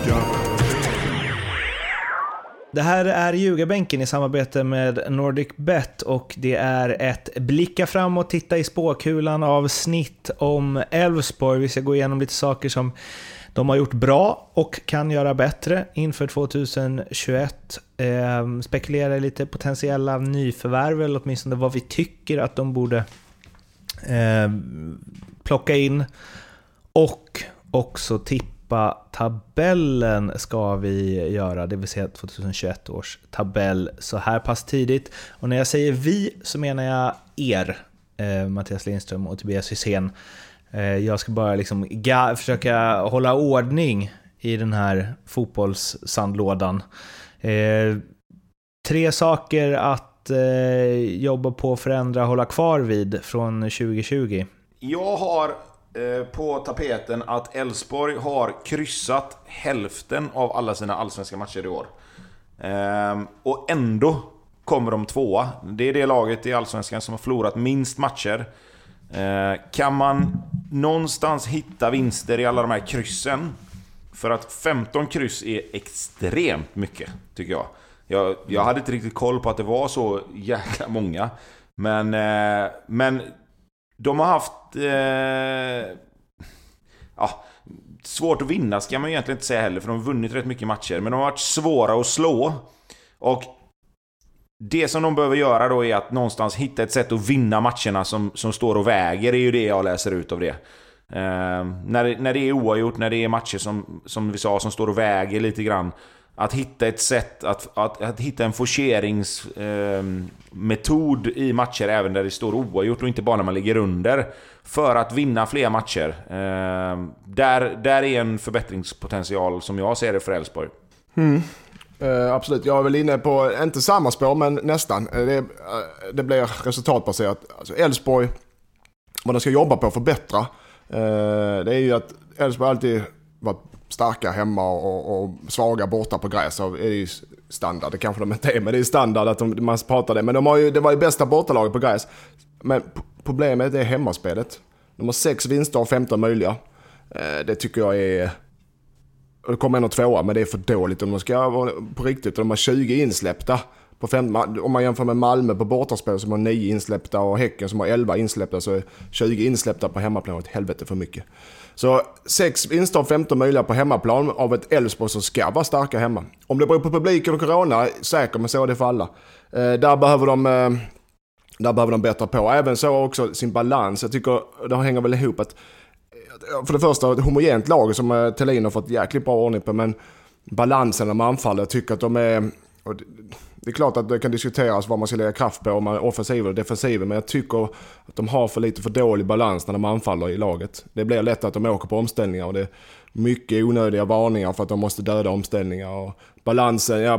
Det här är Ljugarbänken i samarbete med NordicBet och det är ett blicka fram och titta i spåkulan avsnitt om Elfsborg. Vi ska gå igenom lite saker som de har gjort bra och kan göra bättre inför 2021. Spekulera lite potentiella nyförvärv eller åtminstone vad vi tycker att de borde plocka in. Och också tippa tabellen ska vi göra, det vill säga 2021 års tabell så här pass tidigt. Och när jag säger vi så menar jag er, Mattias Lindström och Tobias Hysén. Jag ska bara liksom försöka hålla ordning i den här fotbollssandlådan. 3 saker att jobba på, förändra, hålla kvar vid från 2020. Jag har på tapeten att Elfsborg har kryssat hälften av alla sina allsvenska matcher i år. Och ändå kommer de 2. Det är det laget i allsvenskan som har förlorat minst matcher. Kan man någonstans hitta vinster i alla de här kryssen? För att 15 kryss är extremt mycket, tycker jag. Jag hade inte riktigt koll på att det var så jäkla många. Men de har haft svårt att vinna ska man egentligen inte säga heller, för de har vunnit rätt mycket matcher, men de har varit svåra att slå. Och det som de behöver göra då är att någonstans hitta ett sätt att vinna matcherna som står och väger. Det är ju det jag läser ut av det. När det är oavgjort, när det är matcher som vi sa som står och väger lite grann, att hitta ett sätt att hitta en forceringsmetod i matcher även där det står oavgjort och inte bara när man ligger under, för att vinna fler matcher. Där är en förbättringspotential som jag ser det för Elfsborg. Absolut, jag är väl inne på inte samma spår men nästan. Det blir resultatbaserat. Alltså Elfsborg, vad de ska jobba på att förbättra, det är ju att Elfsborg alltid varit starka hemma och svaga borta på gräs. Det är ju standard, det kanske de inte är, men det är standard att man pratar det. Men det var ju bästa bortalaget på gräs. Men problemet är hemmaspelet. De har 6 vinster och 15 möjliga. Det tycker jag är... Det kommer ändå 2, men det är för dåligt om de ska vara på riktigt. De har 20 insläppta. Om man jämför med Malmö på bortaspel som har 9 insläppta och Häcken som har 11 insläppta, så är 20 insläppta på hemmaplan ett helvete för mycket. Så 6 vinster och 15 möjliga på hemmaplan av ett Elfsborg som ska vara starka hemma. Om det beror på publiken och corona, säkert, men så är det för alla. Där behöver de bättra på. Även så också sin balans. Jag tycker det hänger väl ihop att för det första ett homogent lag som Thelin har fått jäkligt bra ordning på, men balansen när man anfaller, jag tycker att de är... Det är klart att det kan diskuteras vad man ska lägga kraft på, om man är offensiv eller defensiv, men jag tycker att de har för dålig balans när de anfaller i laget. Det blir lätt att de åker på omställningar och det är mycket onödiga varningar för att de måste döda omställningar. Och balansen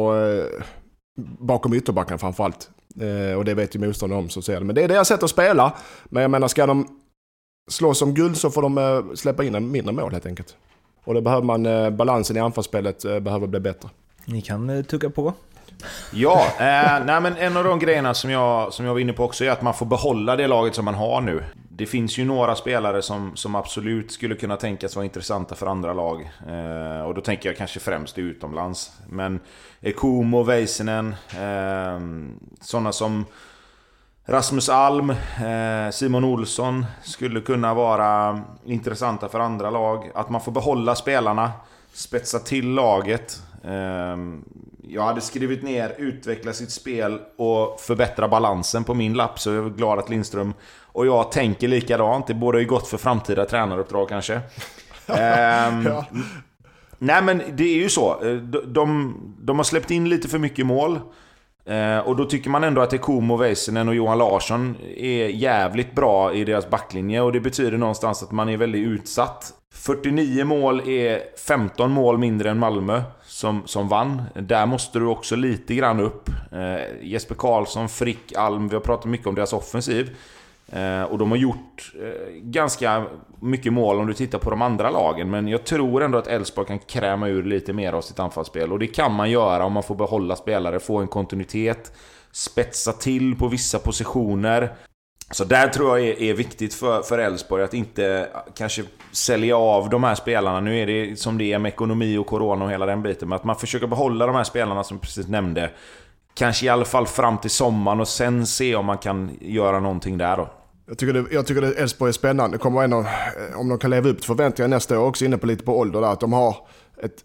bakom ytterbacken framförallt. Och det vet ju motståndaren om, så ser det. Men det är deras sätt att spela. Men jag menar, ska de slå som guld så får de släppa in en mindre mål helt enkelt. Och då behöver man balansen i anfallsspelet behöver bli bättre. Ni kan tugga på. Ja, men en av de grejerna som jag var inne på också är att man får behålla det laget som man har nu. Det finns ju några spelare som absolut skulle kunna tänkas vara intressanta för andra lag. Och då tänker jag kanske främst utomlands. Men Ekumo, Väisänen, sådana som Rasmus Alm, Simon Olsson skulle kunna vara intressanta för andra lag. Att man får behålla spelarna, spetsa till laget. Jag hade skrivit ner utveckla sitt spel och förbättra balansen på min lapp, så jag är glad att Lindström och jag tänker likadant. Det borde ju gått för framtida tränaruppdrag kanske. Ja. Nej, men det är ju så. De har släppt in lite för mycket mål. Och då tycker man ändå att Ekumo, Väisänen och Johan Larsson är jävligt bra i deras backlinje. Och det betyder någonstans att man är väldigt utsatt. 49 mål är 15 mål mindre än Malmö som vann. Där måste du också lite grann upp. Jesper Karlsson, Frick, Alm, vi har pratat mycket om deras offensiv. Och de har gjort ganska mycket mål om du tittar på de andra lagen. Men jag tror ändå att Elfsborg kan kräma ur lite mer av sitt anfallsspel. Och det kan man göra om man får behålla spelare, få en kontinuitet, spetsa till på vissa positioner. Så där tror jag är viktigt för Elfsborg att inte kanske sälja av de här spelarna. Nu är det som det är med ekonomi och corona och hela den biten, men att man försöker behålla de här spelarna som precis nämnde. Kanske i alla fall fram till sommaren och sen se om man kan göra någonting där då. Jag tycker det Elfsborg är spännande. Det kommer om de kan leva upp till förväntningarna nästa år, också inne på lite på ålder där, att de har ett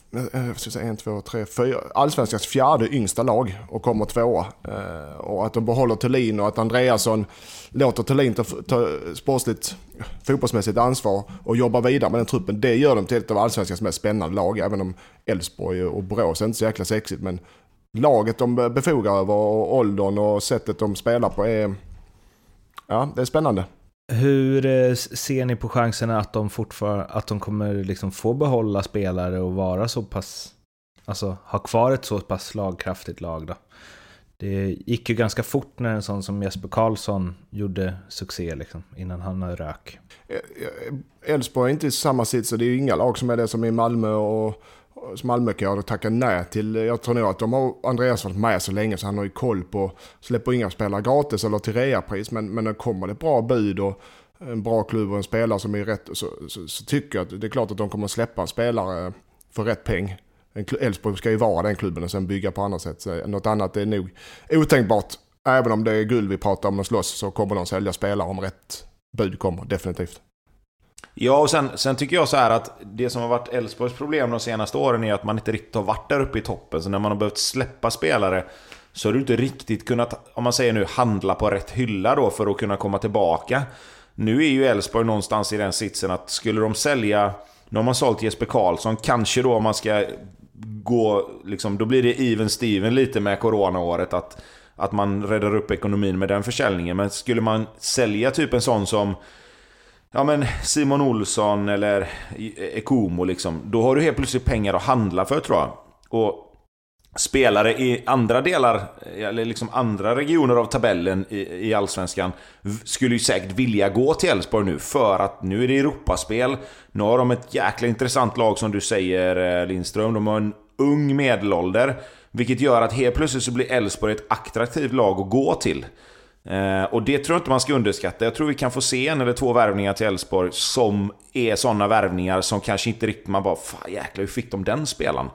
1, 2, 3, 4 allsvenskans 4:e yngsta lag och kommer 2:a. Och att de behåller Thulin och att Andreasson låter Thulin ta sportsligt fotbollsmässigt ansvar och jobba vidare med den truppen. Det gör dem till ett av allsvenskans mest spännande lag, även om Elfsborg och Borås är inte så jäkla sexigt, men laget de befogar över och åldern och sättet de spelar på är, ja, det är spännande. Hur ser ni på chanserna att de kommer liksom få behålla spelare och vara så pass, alltså ha kvar ett så pass slagkraftigt lag då? Det gick ju ganska fort när en sån som Jesper Karlsson gjorde succé liksom, innan han rök. Elfsborg är inte i samma sits, så det är ju inga lag som är det som i Malmö och som Malmö kan tacka nej till. Jag tror nog att de har Andreas varit med så länge så han har ju koll på, släpper inga spelare gratis eller till reapris, men när kommer det bra bud och en bra klubb och en spelare som är rätt, så tycker jag att det är klart att de kommer att släppa en spelare för rätt peng. Elfsborg ska ju vara den klubben och sen bygga på andra sätt. Så något annat är nog otänkbart. Även om det är guld vi pratar om och slåss, så kommer de sälja spelare om rätt bud kommer, definitivt. Ja, och sen tycker jag så här att det som har varit Elfsborgs problem de senaste åren är att man inte riktigt har varit där uppe i toppen. Så när man har behövt släppa spelare så har du inte riktigt kunnat, om man säger nu, handla på rätt hylla då för att kunna komma tillbaka. Nu är ju Elfsborg någonstans i den sitsen att skulle de sälja, nu har man sålt Jesper Karlsson, kanske då om man ska gå liksom, då blir det even Steven lite med coronaåret, att man räddar upp ekonomin med den försäljningen. Men skulle man sälja typ en sån som, ja men Simon Olsson eller Ekomo liksom, då har du helt plötsligt pengar att handla för, tror jag. Och spelare i andra delar, eller liksom andra regioner av tabellen i Allsvenskan, skulle ju säkert vilja gå till Elfsborg nu, för att nu är det Europaspel. Nu har de ett jäkla intressant lag som du säger, Lindström. De har en ung medelålder, vilket gör att helt plötsligt så blir Elfsborg ett attraktivt lag att gå till. Och det tror jag inte man ska underskatta. Jag tror vi kan få se en eller två värvningar till Elfsborg som är sådana värvningar som kanske inte riktigt man bara, fan jäklar, hur fick de den spelaren?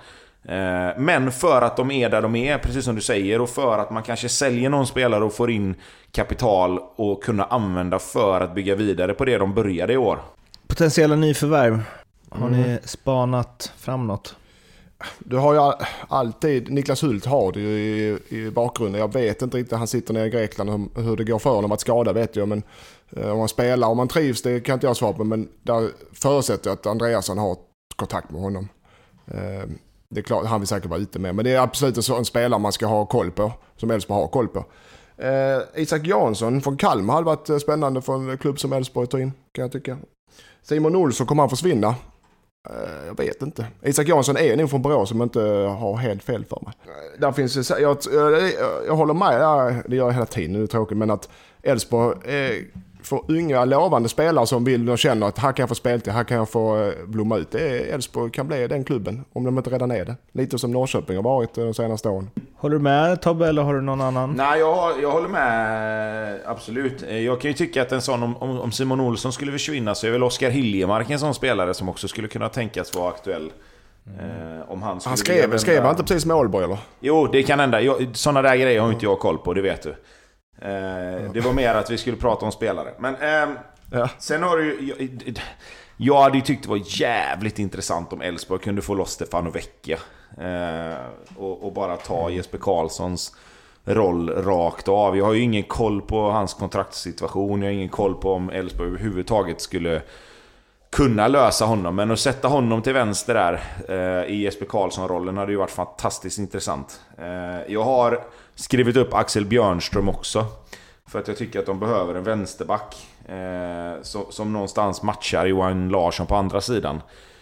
Men för att de är där de är, precis som du säger, och för att man kanske säljer någon spelare och får in kapital och kunna använda för att bygga vidare på det de började i år. Potentiella nyförvärv, har ni spanat fram något? Du har ju alltid, Niklas Hult har det ju i bakgrunden. Jag vet inte riktigt, han sitter nere i Grekland hur det går för honom att skada, vet jag, men om man spelar, om man trivs, det kan inte jag svara på, men där förutsätter jag att Andreasson har kontakt med honom. Det är klart, han vill säkert vara ute med, men det är absolut en spelare man ska ha koll på, som Elfsborg har koll på. Isak Jansson från Kalmar har varit spännande för en klubb som Elfsborg tar in, kan jag tycka. Simon Olsson, kommer han försvinna? Jag vet inte. Isak Jansson är nog från Borås som inte har helt fel för mig. Där finns, jag håller med, det gör jag hela tiden, det är tråkigt, men att Elfsborg får unga lovande spelare som vill och känner att här kan jag få spela till, här kan jag få blomma ut. Elfsborg kan bli den klubben, om de inte redan är det. Lite som Norrköping har varit de senaste åren. Håller du med, Tobbe, eller har du någon annan? Nej, jag håller med, absolut. Jag kan ju tycka att en sån, om Simon Olsson skulle försvinna, så är väl Oskar Hiljemark en sån spelare som också skulle kunna tänkas vara aktuell. Om han skrev han inte precis med Ålborg, eller? Jo, det kan hända. Såna där grejer har inte jag koll på, det vet du. Det var mer att vi skulle prata om spelare. Men sen har du jag hade ju tyckt det var jävligt intressant om Elfsborg kunde få loss Stefano Vecchia och bara ta Jesper Karlssons roll rakt av. Jag har ju ingen koll på hans kontraktssituation. Jag har ingen koll på om Elfsborg överhuvudtaget skulle kunna lösa honom. Men att sätta honom till vänster där i Jesper Karlsson-rollen hade ju varit fantastiskt intressant. Jag har skrivit upp Axel Björnström också, för att jag tycker att de behöver en vänsterback som någonstans matchar Johan Larsson på andra sidan.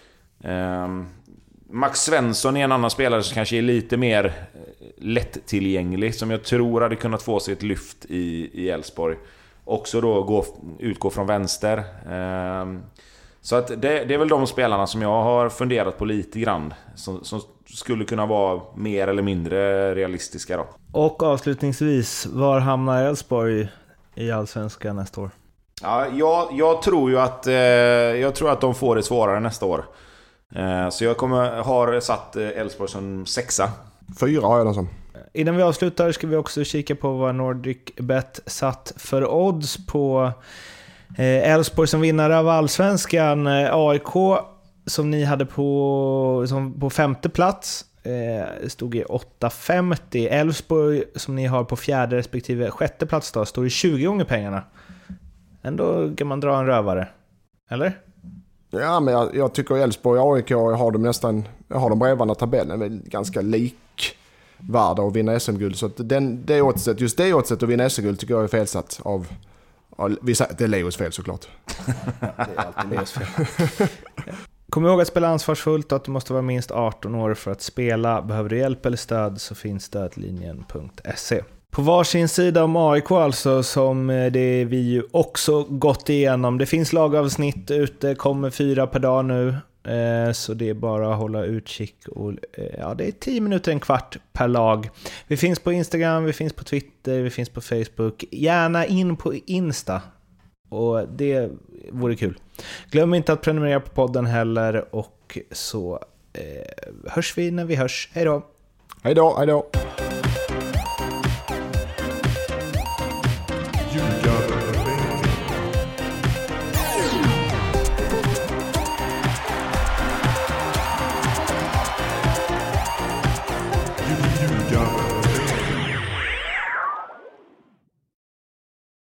Max Svensson är en annan spelare som kanske är lite mer lättillgänglig, som jag tror hade kunnat få sig ett lyft i Elfsborg. Också då utgå från vänster. Så att det är väl de spelarna som jag har funderat på lite grann, som skulle kunna vara mer eller mindre realistiska då. Och avslutningsvis, var hamnar Elfsborg i Allsvenskan nästa år? Ja, jag tror att de får det svårare nästa år. Så jag har satt Elfsborg som 6. 4 har jag den som. Innan vi avslutar ska vi också kika på vad NordicBet satt för odds på Elfsborg som vinnare av Allsvenskan. AIK som ni hade på 5:e plats stod i 8,50. Elfsborg som ni har på 4:e respektive 6:e plats då, står i 20 gånger pengarna. Ändå kan man dra en rövare, eller? Ja, men jag tycker Elfsborg och AIK har de bredvid tabellen är ganska likvärda att vinna SM-guld. Så att just det oddset att vinna SM-guld tycker jag är felsatt av det är Leos fel såklart. Det är alltid Leos fel. Kom ihåg att spela ansvarsfullt och att du måste vara minst 18 år för att spela. Behöver du hjälp eller stöd så finns stödlinjen.se. På varsin sida om AIK alltså, som det vi ju också gått igenom. Det finns lagavsnitt ute, kommer 4 per dag nu. Så det är bara att hålla utkik. Och, det är 10 minuter, en kvart per lag. Vi finns på Instagram, vi finns på Twitter, vi finns på Facebook. Gärna in på Insta. Och det vore kul. Glöm inte att prenumerera på podden heller. Och så hörs vi när vi hörs. Hej då! Hej då, hej då!